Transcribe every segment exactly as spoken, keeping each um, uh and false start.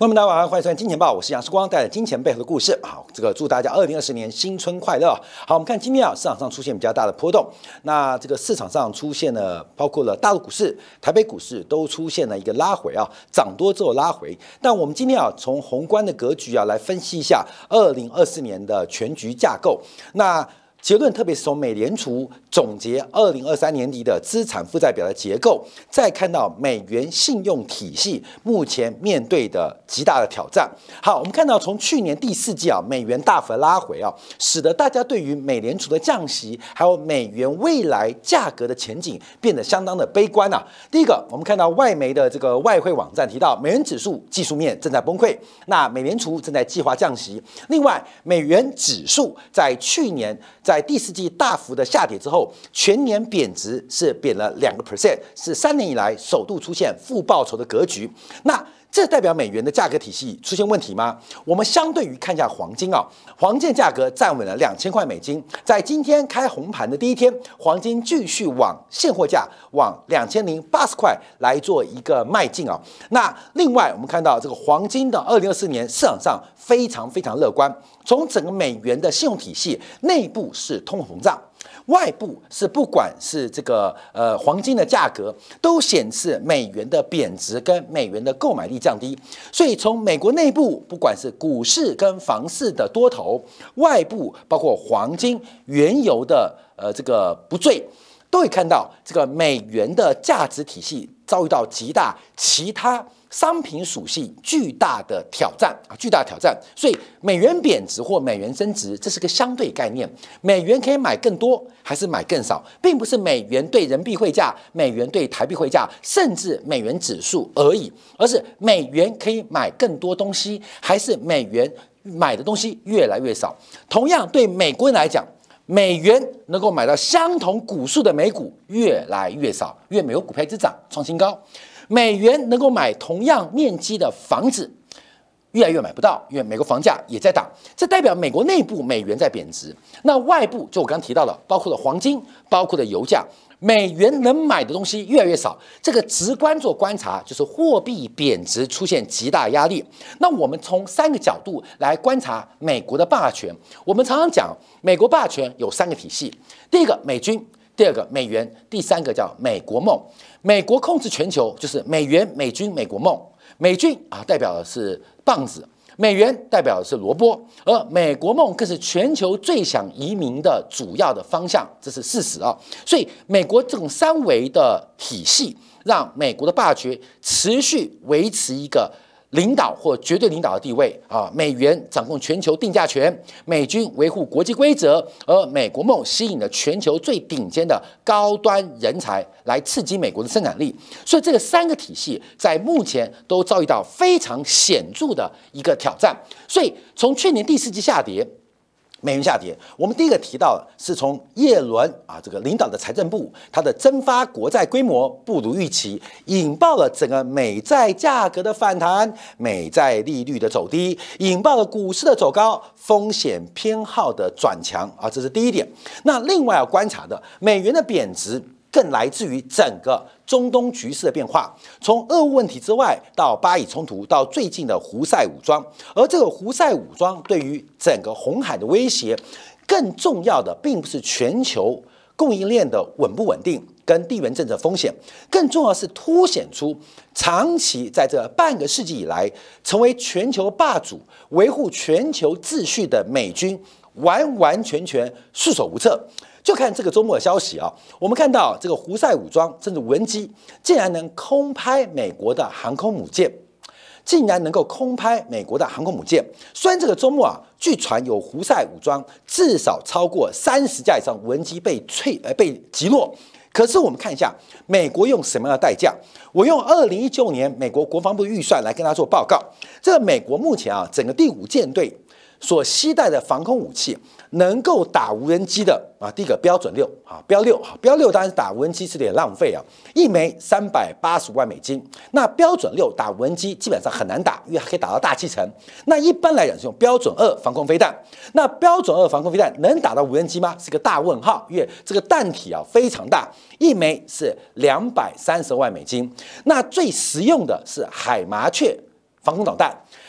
朋友们，大家晚上好，欢迎收看《金钱报》，我是杨世光，带来金钱背后的故事。好，这个祝大家二零二十年新春快乐。好，我们看今天啊，市场上出现比较大的波动。那这个市场上出现了，包括了大陆股市、台北股市都出现了一个拉回啊，涨多之后拉回。但我们今天啊，从宏观的格局啊来分析一下二零二四年的全局架构。那结论，特别是从美联储总结二零二三年底的资产负债表的结构，再看到美元信用体系目前面对的极大的挑战。好，我们看到从去年第四季啊，美元大幅拉回啊，使得大家对于美联储的降息，还有美元未来价格的前景变得相当的悲观啊。第一个，我们看到外媒的这个外汇网站提到，美元指数技术面正在崩溃，那美联储正在计划降息。另外，美元指数在去年在第四季大幅的下跌之后，全年贬值是贬了两个 percent， 是三年以来首度出现负报酬的格局。那这代表美元的价格体系出现问题吗？我们相对于看一下黄金啊，黄金价格站稳了两千块美金，在今天开红盘的第一天，黄金继续往现货价往两千零八十块来做一个迈进啊。那另外我们看到这个黄金的二零二四年市场上非常非常乐观，从整个美元的信用体系内部是通货膨胀。外部是不管是这个呃黄金的价格，都显示美元的贬值跟美元的购买力降低，所以从美国内部，不管是股市跟房市的多头，外部包括黄金、原油的呃这个不坠，都会看到这个美元的价值体系遭遇到极大其他商品属性巨大的挑战啊，巨大的挑战。所以美元贬值或美元升值，这是个相对概念。美元可以买更多还是买更少，并不是美元对人民币汇价、美元对台币汇价，甚至美元指数而已，而是美元可以买更多东西，还是美元买的东西越来越少。同样，对美国人来讲，美元能够买到相同股数的美股越来越少，因为美国股票一直涨创新高。美元能够买同样面积的房子，越来越买不到，因为美国房价也在涨，这代表美国内部美元在贬值。那外部就我刚刚提到的，包括了黄金，包括了油价，美元能买的东西越来越少。这个直观做观察，就是货币贬值出现极大压力。那我们从三个角度来观察美国的霸权。我们常常讲，美国霸权有三个体系：第一个美军，第二个美元，第三个叫美国梦。美国控制全球，就是美元、美军、美国梦。美军啊，代表的是棒子；美元代表的是萝卜，而美国梦更是全球最想移民的主要的方向，这是事实啊。所以，美国这种三维的体系，让美国的霸权持续维持一个领导或绝对领导的地位啊，美元掌控全球定价权，美军维护国际规则，而美国梦吸引了全球最顶尖的高端人才来刺激美国的生产力。所以这个三个体系在目前都遭遇到非常显著的一个挑战。所以从去年第四季下跌，美元下跌，我们第一个提到的是从耶伦啊这个领导的财政部，它的增发国债规模不如预期，引爆了整个美债价格的反弹，美债利率的走低，引爆了股市的走高，风险偏好的转强啊，这是第一点。那另外要观察的，美元的贬值更来自于整个中东局势的变化，从俄乌问题之外到巴以冲突，到最近的胡塞武装，而这个胡塞武装对于整个红海的威胁，更重要的并不是全球供应链的稳不稳定跟地缘政治风险，更重要的是凸显出长期在这半个世纪以来成为全球霸主、维护全球秩序的美军完完全全束手无策。就看这个周末的消息啊，我们看到这个胡塞武装甚至无人机竟然能空拍美国的航空母舰，竟然能够空拍美国的航空母舰。虽然这个周末啊，据传有胡塞武装至少超过三十架以上无人机被坠呃被击落，可是我们看一下美国用什么样的代价？我用二零一九年美国国防部预算来跟大家做报告。这个美国目前啊，整个第五舰队所携带的防空武器，能够打无人机的啊，第一个标准六啊，标六啊，标六当然是打无人机是有点浪费啊，一枚三百八十万美金。那标准六打无人机基本上很难打，因为它可以打到大气层。那一般来讲是用标准二防空飞弹。那标准二防空飞弹能打到无人机吗？是个大问号，因为这个弹体啊非常大，一枚是两百三十万美金。那最实用的是海麻雀防空导弹。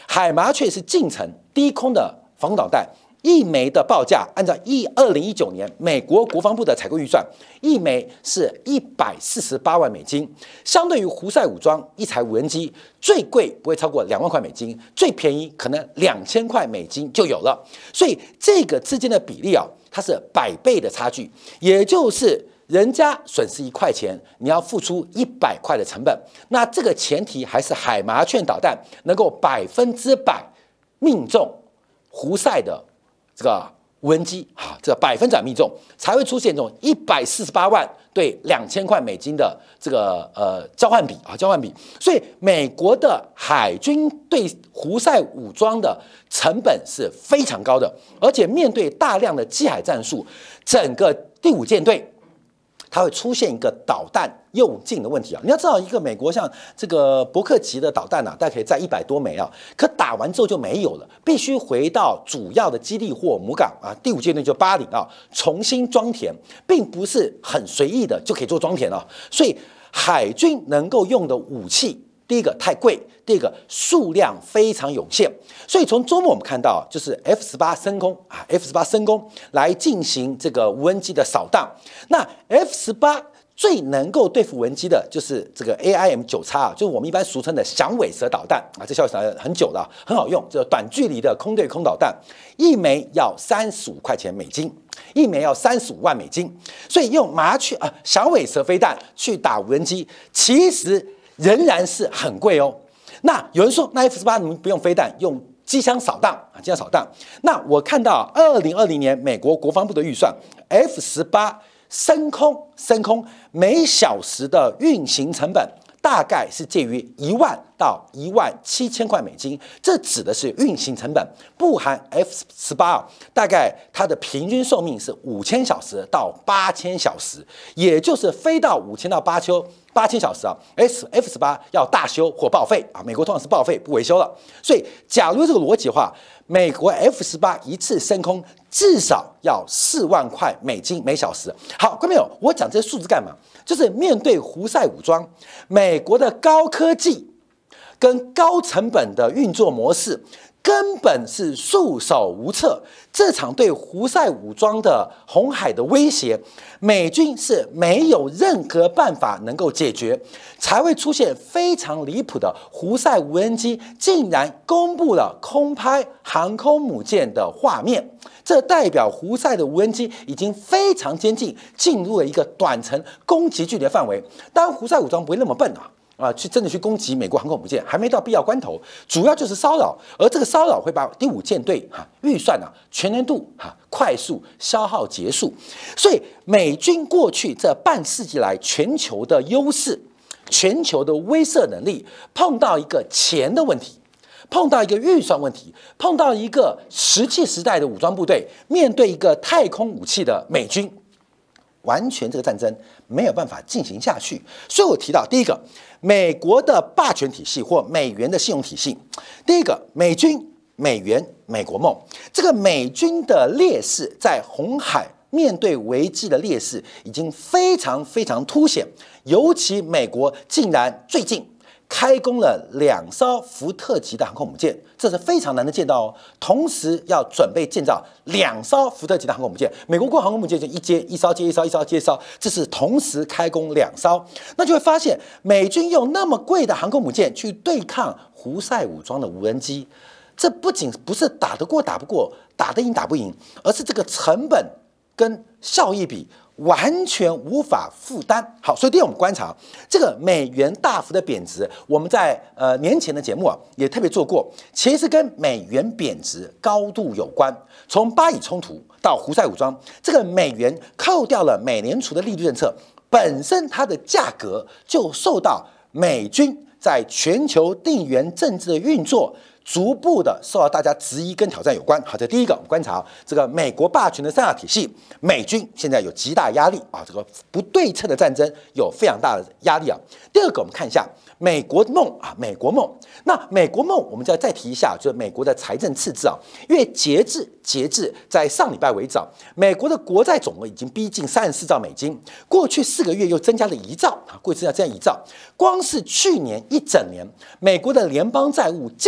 海麻雀是近程低空的防空导弹。一枚的报价，按照一二零一九年美国国防部的采购预算，一枚是一百四十八万美金，相对于胡塞武装一台无人机，最贵不会超过两万块美金，最便宜可能两千块美金就有了。所以这个之间的比例啊，它是百倍的差距，也就是人家损失一块钱，你要付出一百块的成本。那这个前提还是海麻雀导弹能够百分之百命中胡塞的。这个无人机啊，这个百分之百命中，才会出现这种一百四十八万对两千块美金的这个呃交换比啊，交换比。所以美国的海军对胡塞武装的成本是非常高的，而且面对大量的机海战术，整个第五舰队。它会出现一个导弹用尽的问题啊！你要知道，一个美国像这个伯克级的导弹啊，大概可以载一百多枚啊，可打完之后就没有了，必须回到主要的基地或母港啊，第五舰队就巴林啊，重新装填，并不是很随意的就可以做装填啊。所以海军能够用的武器，第一个太贵，第二个数量非常有限。所以从周末我们看到，就是 F 十八升空啊 ，F 十八升空来进行这个无人机的扫荡。那 F 十八最能够对付无人机的就是这个 A I M 九叉啊，就是我们一般俗称的响尾蛇导弹啊，这消息很久了，很好用，这个短距离的空对空导弹，一枚要三十五块钱美金，一枚要三十五万美金。所以用麻雀啊响尾蛇飞弹去打无人机，其实仍然是很贵哦。那有人说，那 F 十八你们不用飞弹，用机枪扫荡啊，机枪扫荡。那我看到二零二零年美国国防部的预算 ，F 十八升空升空每小时的运行成本大概是介于一万到一万七千块美金，这指的是运行成本，不含 F 十八啊，大概它的平均寿命是五千小时到八千小时，也就是飞到五千到八千。八千小时啊 ，F F 十八要大修或报废啊，美国通常是报废不维修了。所以，假如这个逻辑的话，美国 F 十八一次升空至少要四万块美金每小时。好，各位朋友，我讲这些数字干嘛？就是面对胡塞武装，美国的高科技跟高成本的运作模式。根本是束手无策。这场对胡塞武装的红海的威胁，美军是没有任何办法能够解决，才会出现非常离谱的胡塞无人机竟然公布了空拍航空母舰的画面。这代表胡塞的无人机已经非常接近，进入了一个短程攻击距离的范围。当然，胡塞武装不会那么笨啊。啊，去真的去攻击美国航空母舰，还没到必要关头，主要就是骚扰，而这个骚扰会把第五舰队哈、啊、预算啊全年度哈、啊、快速消耗结束，所以美军过去这半世纪来全球的优势、全球的威慑能力，碰到一个钱的问题，碰到一个预算问题，碰到一个石器时代的武装部队，面对一个太空武器的美军。完全这个战争没有办法进行下去，所以我提到第一个，美国的霸权体系或美元的信用体系。第一个，美军、美元、美国梦，这个美军的劣势在红海面对危机的劣势已经非常非常凸显，尤其美国竟然最近开工了两艘福特级的航空母舰，这是非常难得见到哦。同时要准备建造两艘福特级的航空母舰，美国过航空母舰就一接一艘接一艘，一艘接一艘，这是同时开工两艘，那就会发现美军用那么贵的航空母舰去对抗胡塞武装的无人机，这不仅不是打得过打不过，打得赢打不赢，而是这个成本跟效益比完全无法负担。好，所以第二我们观察这个美元大幅的贬值，我们在呃年前的节目啊也特别做过，其实跟美元贬值高度有关。从巴以冲突到胡塞武装，这个美元扣掉了美联储的利率政策，本身它的价格就受到美军在全球地缘政治的运作。逐步的受到大家质疑跟挑战有关。好，这第一个，我们观察这个美国霸权的三大体系，美军现在有极大压力啊，这个不对称的战争有非常大的压力啊。第二个，我们看一下美国梦啊，美国梦。那美国梦，我们再再提一下，就是美国的财政赤字啊，因为截至截至在上礼拜为止，美国的国债总额已经逼近三十四兆美金，过去四个月又增加了一兆啊，过去增加这样一兆，光是去年一整年，美国的联邦债务净增加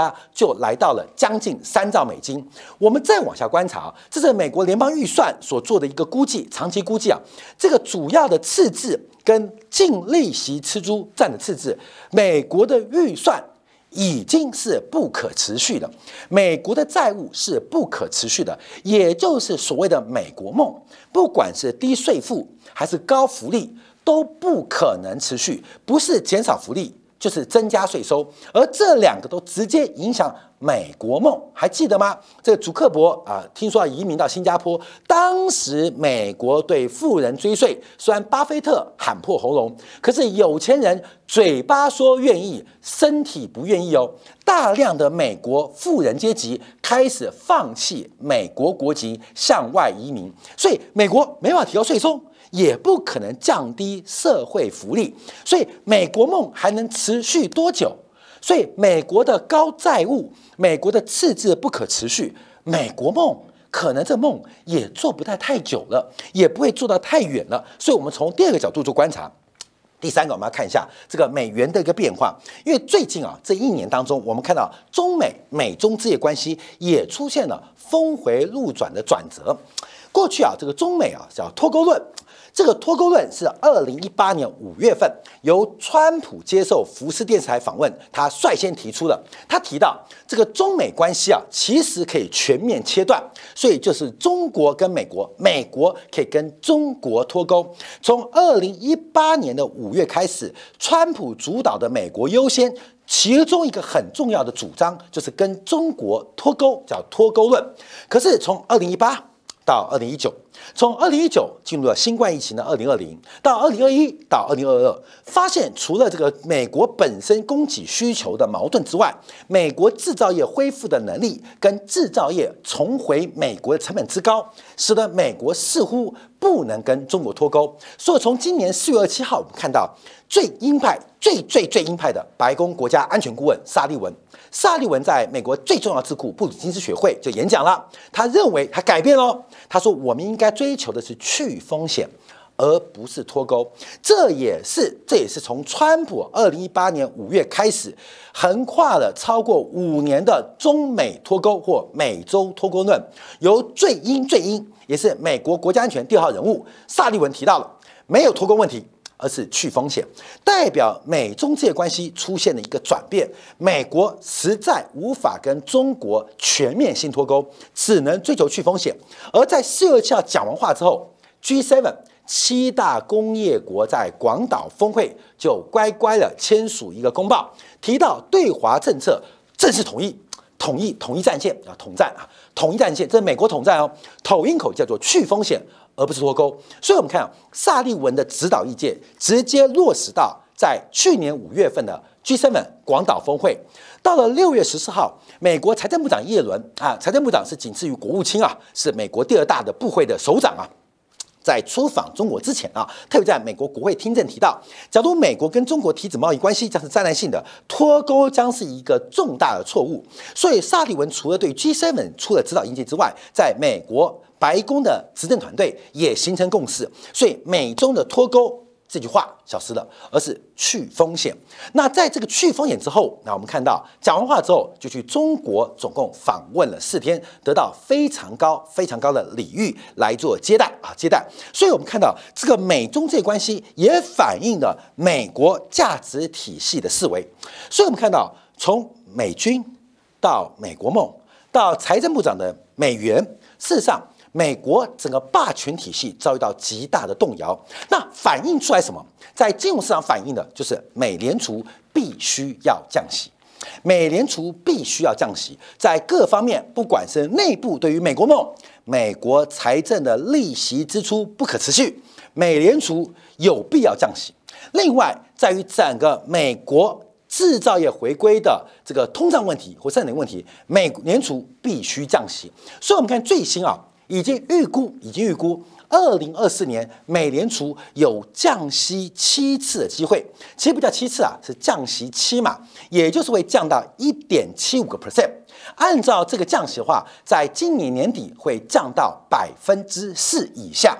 加就来到了将近三兆美金。我们再往下观察，这是美国联邦预算所做的一个估计，长期估计啊，这个主要的赤字跟净利息支出占的赤字，美国的预算已经是不可持续的，美国的债务是不可持续的，也就是所谓的美国梦，不管是低税负还是高福利，都不可能持续，不是减少福利，就是增加税收，而这两个都直接影响美国梦，还记得吗？这个祖克伯啊，听说要移民到新加坡，当时美国对富人追税，虽然巴菲特喊破喉咙，可是有钱人嘴巴说愿意，身体不愿意哦。大量的美国富人阶级开始放弃美国国籍，向外移民，所以美国没办法提高税收，也不可能降低社会福利，所以美国梦还能持续多久？所以美国的高债务，美国的赤字不可持续，美国梦可能这梦也做不太太久了，也不会做到太远了。所以我们从第二个角度做观察。第三个，我们要看一下这个美元的一个变化，因为最近啊这一年当中，我们看到中美美中之间关系也出现了峰回路转的转折。过去啊，这个中美啊叫脱钩论。这个脱钩论是二零一八年五月份由川普接受福斯电视台访问，他率先提出的。他提到这个中美关系啊，其实可以全面切断，所以就是中国跟美国，美国可以跟中国脱钩。从二零一八年的五月开始，川普主导的美国优先，其中一个很重要的主张就是跟中国脱钩，叫脱钩论。可是从二零一八到二零一九，从二零一九进入了新冠疫情的二零二零，到二零二一到二零二二，发现除了这个美国本身供给需求的矛盾之外，美国制造业恢复的能力跟制造业重回美国的成本之高，使得美国似乎不能跟中国脱钩。所以从今年四月二十七号，我们看到最鹰派、最最最鹰派的白宫国家安全顾问沙利文。沙利文在美国最重要的智库布鲁金斯学会就演讲了，他认为他改变了，他说我们应该追求的是去风险，而不是脱钩。这也是这也是从川普二零一八年五月开始，横跨了超过五年的中美脱钩或美洲脱钩论，由最鹰最鹰，也是美国国家安全第二号人物沙利文提到了，没有脱钩问题，而是去风险，代表美中之间关系出现了一个转变。美国实在无法跟中国全面性脱钩，只能追求去风险。而在四月二十七号讲完话之后 ，G 七 七大工业国在广岛峰会就乖乖的签署一个公报，提到对华政策正式统一。统一统一战线啊，统战啊，统一战线，这是美国统战哦。统一口叫做去风险，而不是脱钩。所以我们看啊，萨利文的指导意见直接落实到在去年五月份的 G 七 广岛峰会。到了六月十四号，美国财政部长耶伦啊，财政部长是仅次于国务卿啊，是美国第二大的部会的首长啊。在出访中国之前啊，特别在美国国会听证提到，假如美国跟中国停止贸易关系将是灾难性的，脱钩将是一个重大的错误。所以沙利文除了对 G 七 出了指导意见之外，在美国白宫的执政团队也形成共识，所以美中的脱钩这句话消失了，而是去风险。那在这个去风险之后，那我们看到讲完话之后，就去中国总共访问了四天，得到非常高、非常高的礼遇来做接待啊接待。所以我们看到这个美中这关系也反映了美国价值体系的思维。所以我们看到从美军到美国梦到财政部长的美元，事实上，美国整个霸权体系遭遇到极大的动摇，那反映出来什么？在金融市场反映的就是美联储必须要降息，美联储必须要降息，在各方面，不管是内部对于美国梦，美国财政的利息支出不可持续，美联储有必要降息。另外，在于整个美国制造业回归的这个通胀问题或生产力问题，美联储必须降息。所以，我们看最新啊。已经预估，已经预估，二零二四年美联储有降息七次的机会，其实不叫七次啊，是降息七嘛，也就是会降到一点七五个 percent。按照这个降息的话，在今年年底会降到百分之四以下。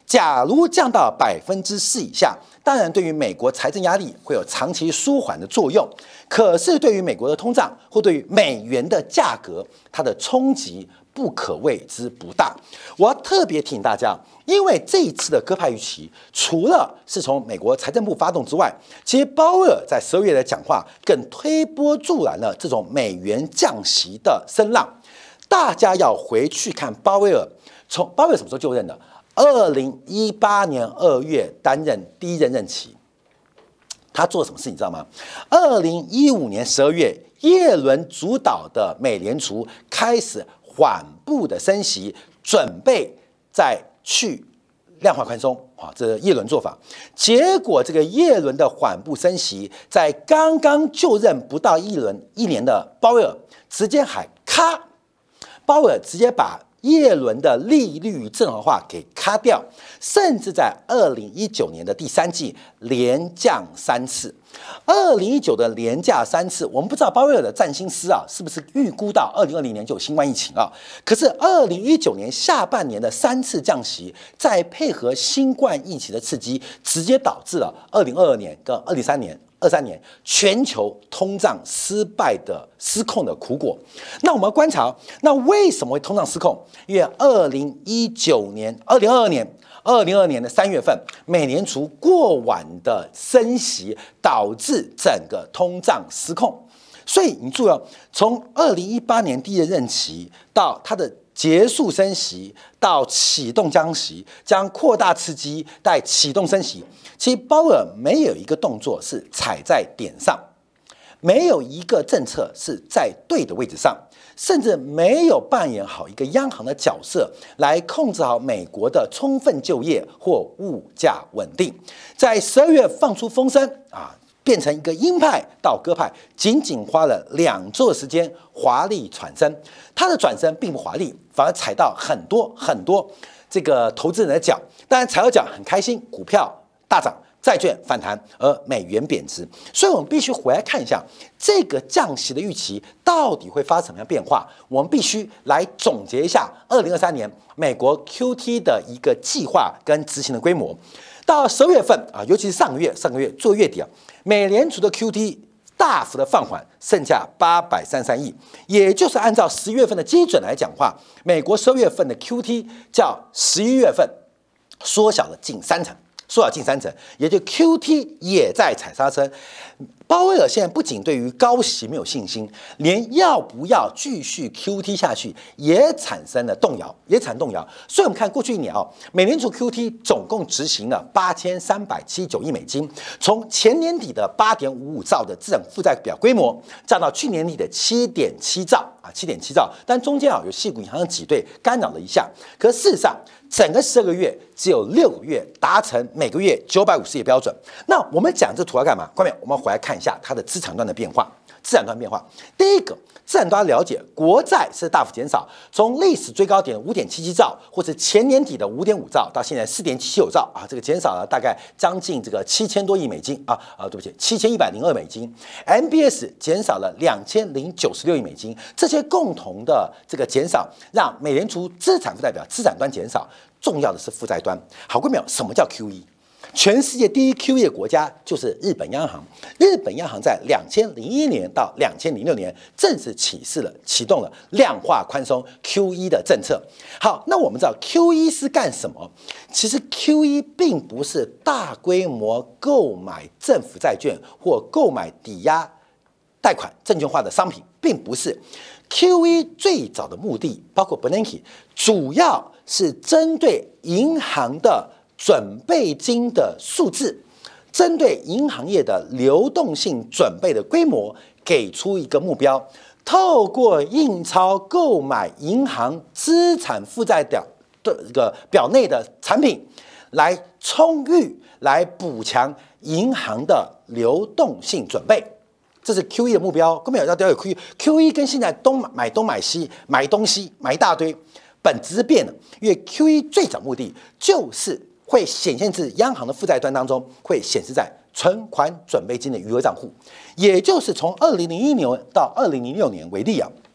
假如降到百分之四以下，当然对于美国财政压力会有长期舒缓的作用。可是对于美国的通胀或对于美元的价格，它的冲击不可谓之不大。我要特别提醒大家，因为这一次的鸽派预期，除了是从美国财政部发动之外，其实鲍威尔在十二月的讲话更推波助澜了这种美元降息的声浪。大家要回去看鲍威尔，从鲍威尔什么时候就任的？二零一八年二月担任第一任任期。他做什么事你知道吗？二零一五年十二月，耶伦主导的美联储开始缓步的升息，准备再去量化宽松啊，这是耶伦做法。结果这个耶伦的缓步升息，在刚刚就任不到一轮一年的鲍威尔直接喊咔，鲍威尔直接把耶伦的利率正常化给卡掉，甚至在二零一九年的第三季连降三次。二零一九的连降三次，我们不知道鲍威尔的占星师啊是不是预估到二零二零年就有新冠疫情啊？可是二零一九年下半年的三次降息，再配合新冠疫情的刺激，直接导致了二零二二年跟二零三年。二三年全球通胀失败的失控的苦果。那我们观察，那为什么会通胀失控？因为二零一九年、二零二二年、二零二二年的三月份，美联储过晚的升息，导致整个通胀失控。所以你注意哦，从二零一八年第一任期到它的结束升息，到启动降息，将扩大刺激，再启动升息。其实鲍威尔没有一个动作是踩在点上，没有一个政策是在对的位置上，甚至没有扮演好一个央行的角色来控制好美国的充分就业或物价稳定。在十二月放出风声啊，变成一个鹰派到鸽派，仅仅花了两周的时间华丽转身。他的转身并不华丽，反而踩到很多很多这个投资人的脚。当然踩到脚很开心，股票大涨，债券反弹，而美元贬值。所以我们必须回来看一下这个降息的预期到底会发生什么样变化。我们必须来总结一下二零二三年美国 Q T 的一个计划跟执行的规模。到十二月份啊，尤其是上个月，上个月做月底啊，美联储的 Q T 大幅的放缓，剩下八百三十三亿，也就是按照十月份的基准来讲话，美国十二月份的 Q T 较十一月份缩小了近三成。缩小近三成，也就 Q T 也在踩刹车。鲍威尔现在不仅对于高息没有信心，连要不要继续 Q T 下去也产生了动摇，也产动摇。所以我们看过去一年啊，美联储 Q T 总共执行了八千三百七十九亿美金，从前年底的八点五五兆的资产负债表规模，降到去年底的七点七兆啊，七点七兆。但中间啊有矽谷银行的挤兑干扰了一下，可事实上整个十二个月只有六个月达成每个月九百五十亿标准。那我们讲这图要干嘛？观众，我们回来看一下它的资产端的变化。资产端变化，第一个，资产端了解国债是大幅减少，从历史最高点五点七七兆，或者前年底的五点五兆，到现在四点七九兆啊，这个减少了大概将近这个七千多亿美金啊啊，对不起，七千一百零二美金。M B S 减少了两千零九十六亿美金，这些共同的这个减少，让美联储资产负债表资产端减少。重要的是负债端。好，各位朋友，什么叫 Q E？ 全世界第一 Q E 的国家就是日本央行。日本央行在两千零一年到两千零六年正式启示了、启动了量化宽松 Q E 的政策。好，那我们知道 Q E 是干什么？其实 Q E 并不是大规模购买政府债券或购买抵押贷款证券化的商品，并不是。Q E 最早的目的，包括 Bernanke， 主要是针对银行的准备金的数字，针对银行业的流动性准备的规模，给出一个目标，透过印钞购买银行资产负债表的这个表内的产品，来充裕、来补强银行的流动性准备。这是 Q E 的目标，根本要了解 Q E。Q E 跟现在东买东买西买东西买一大堆，本质是变了。因为 Q E 最早目的就是会显现至央行的负债端当中，会显示在存款准备金的余额账户，也就是从二零零一年到二零零六年为例啊，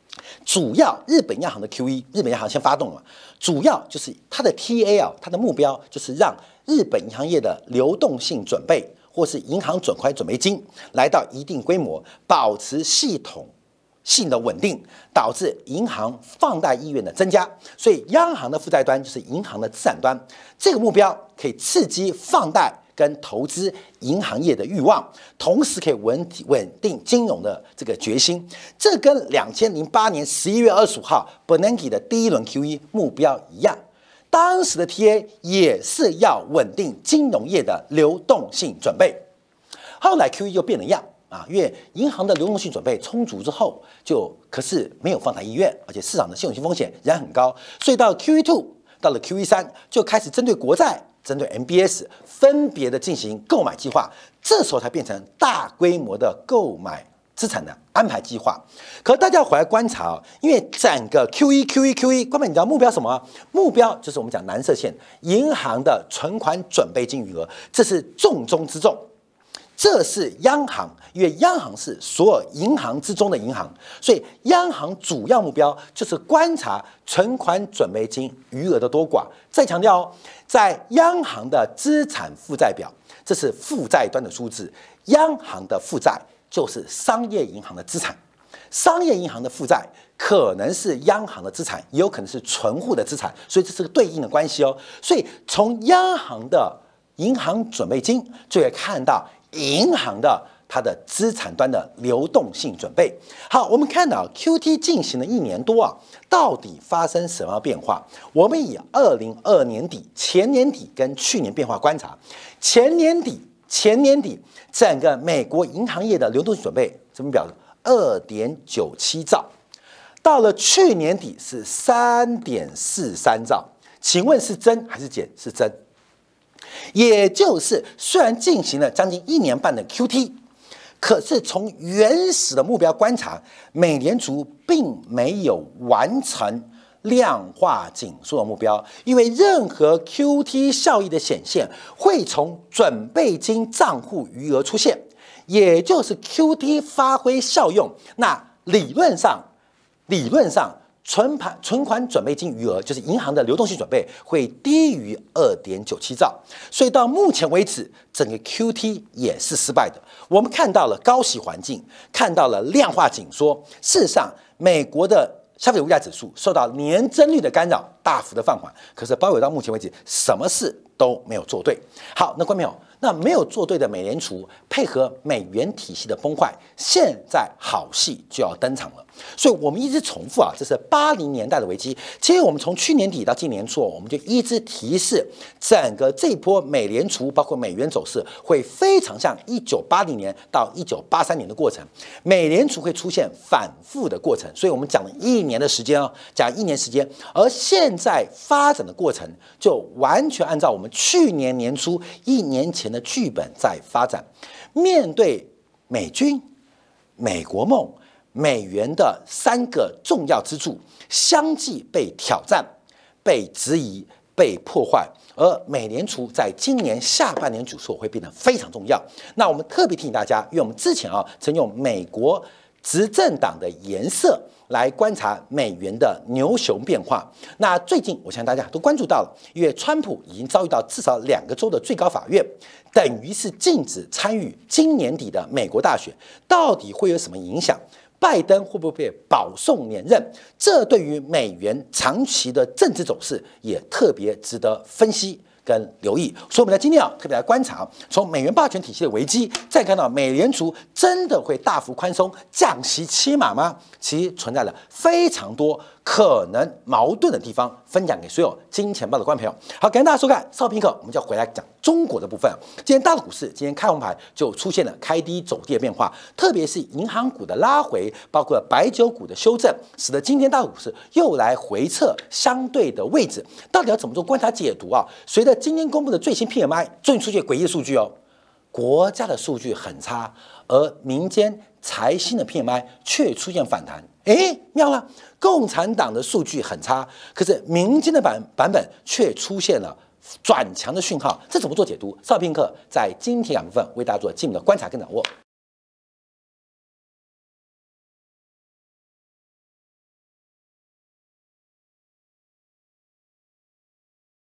主要日本央行的 Q E， 日本央行先发动了，主要就是它的 T A 啊，它的目标就是让日本银行业的流动性准备或是银行准款准备金来到一定规模，保持系统性的稳定，导致银行放贷意愿的增加。所以央行的负债端就是银行的资产端，这个目标可以刺激放贷跟投资银行业的欲望，同时可以稳稳定金融的这个决心。这跟两千零八年十一月二十五号 Bernanke 的第一轮 Q E 目标一样，当时的 T A 也是要稳定金融业的流动性准备。后来 Q E 就变了样啊，因为银行的流动性准备充足之后，就可是没有放贷意愿，而且市场的信用性风险仍然很高，所以到 Q E 二 到了 Q E 三就开始针对国债、针对 M B S 分别的进行购买计划，这时候才变成大规模的购买资产的安排计划。可大家回来观察哦，因为整个 Q E Q E Q E， 关键你知道目标什么？目标就是我们讲蓝色线，银行的存款准备金余额，这是重中之重。这是央行，因为央行是所有银行之中的银行，所以央行主要目标就是观察存款准备金余额的多寡。再强调哦，在央行的资产负债表，这是负债端的数字，央行的负债就是商业银行的资产，商业银行的负债可能是央行的资产，也有可能是存户的资产，所以这是个对应的关系哦。所以从央行的银行准备金就会看到银行的它的资产端的流动性准备。好，我们看到 Q T 进行了一年多啊，到底发生什么变化？我们以二零二二年底、前年底跟去年变化观察，前年底前年底整个美国银行业的流动性准备怎么表示？二点九七兆，到了去年底是三点四三兆，请问是增还是减？是增。也就是虽然进行了将近一年半的 Q T， 可是从原始的目标观察，美联储并没有完成量化紧缩的目标，因为任何 Q T 效益的显现会从准备金账户余额出现，也就是 Q T 发挥效用。那理论上，理论上。存盘存款准备金余额就是银行的流动性准备会低于 二点九七兆，所以到目前为止，整个 Q T 也是失败的。我们看到了高息环境，看到了量化紧缩。事实上，美国的消费者物价指数受到年增率的干扰，大幅的放缓。可是鲍威尔到目前为止，什么事都没有做对。好，那观众朋友，那没有做对的美联储配合美元体系的崩坏，现在好戏就要登场了。所以我们一直重复啊，这是八零年代的危机。其实我们从去年底到今年初，我们就一直提示，整个这一波美联储包括美元走势会非常像一九八零年到一九八三年的过程，美联储会出现反复的过程。所以我们讲了一年的时间哦，讲一年时间，而现在发展的过程就完全按照我们去年年初一年前的剧本在发展。面对美军、美国梦、美元的三个重要支柱相继被挑战、被质疑、被破坏，而美联储在今年下半年举措会变得非常重要。那我们特别提醒大家，因为我们之前啊曾用美国执政党的颜色来观察美元的牛熊变化。那最近我相信大家都关注到了，因为川普已经遭遇到至少两个州的最高法院，等于是禁止参与今年底的美国大选，到底会有什么影响？拜登会不会被保送连任？这对于美元长期的政治走势也特别值得分析跟留意。所以我们在今天啊特别来观察，从美元霸权体系的危机，再看到美联储真的会大幅宽松降息七码吗？其实存在了非常多可能矛盾的地方，分享给所有金钱豹的观众朋友。好，感谢大家收看，稍后片刻我们就要回来讲中国的部分。今天大陆股市今天开红盘就出现了开低走低的变化，特别是银行股的拉回，包括白酒股的修正，使得今天大陆股市又来回测相对的位置。到底要怎么做观察解读啊？随着今天公布的最新 P M I， 终于出现诡异的数据哦，国家的数据很差，而民间财新的 P M I 却出现反弹。哎，妙了！共产党的数据很差，可是民间的版版本却出现了转强的讯号，这怎么做解读？稍后片刻在今天两部分为大家做进一步的观察跟掌握。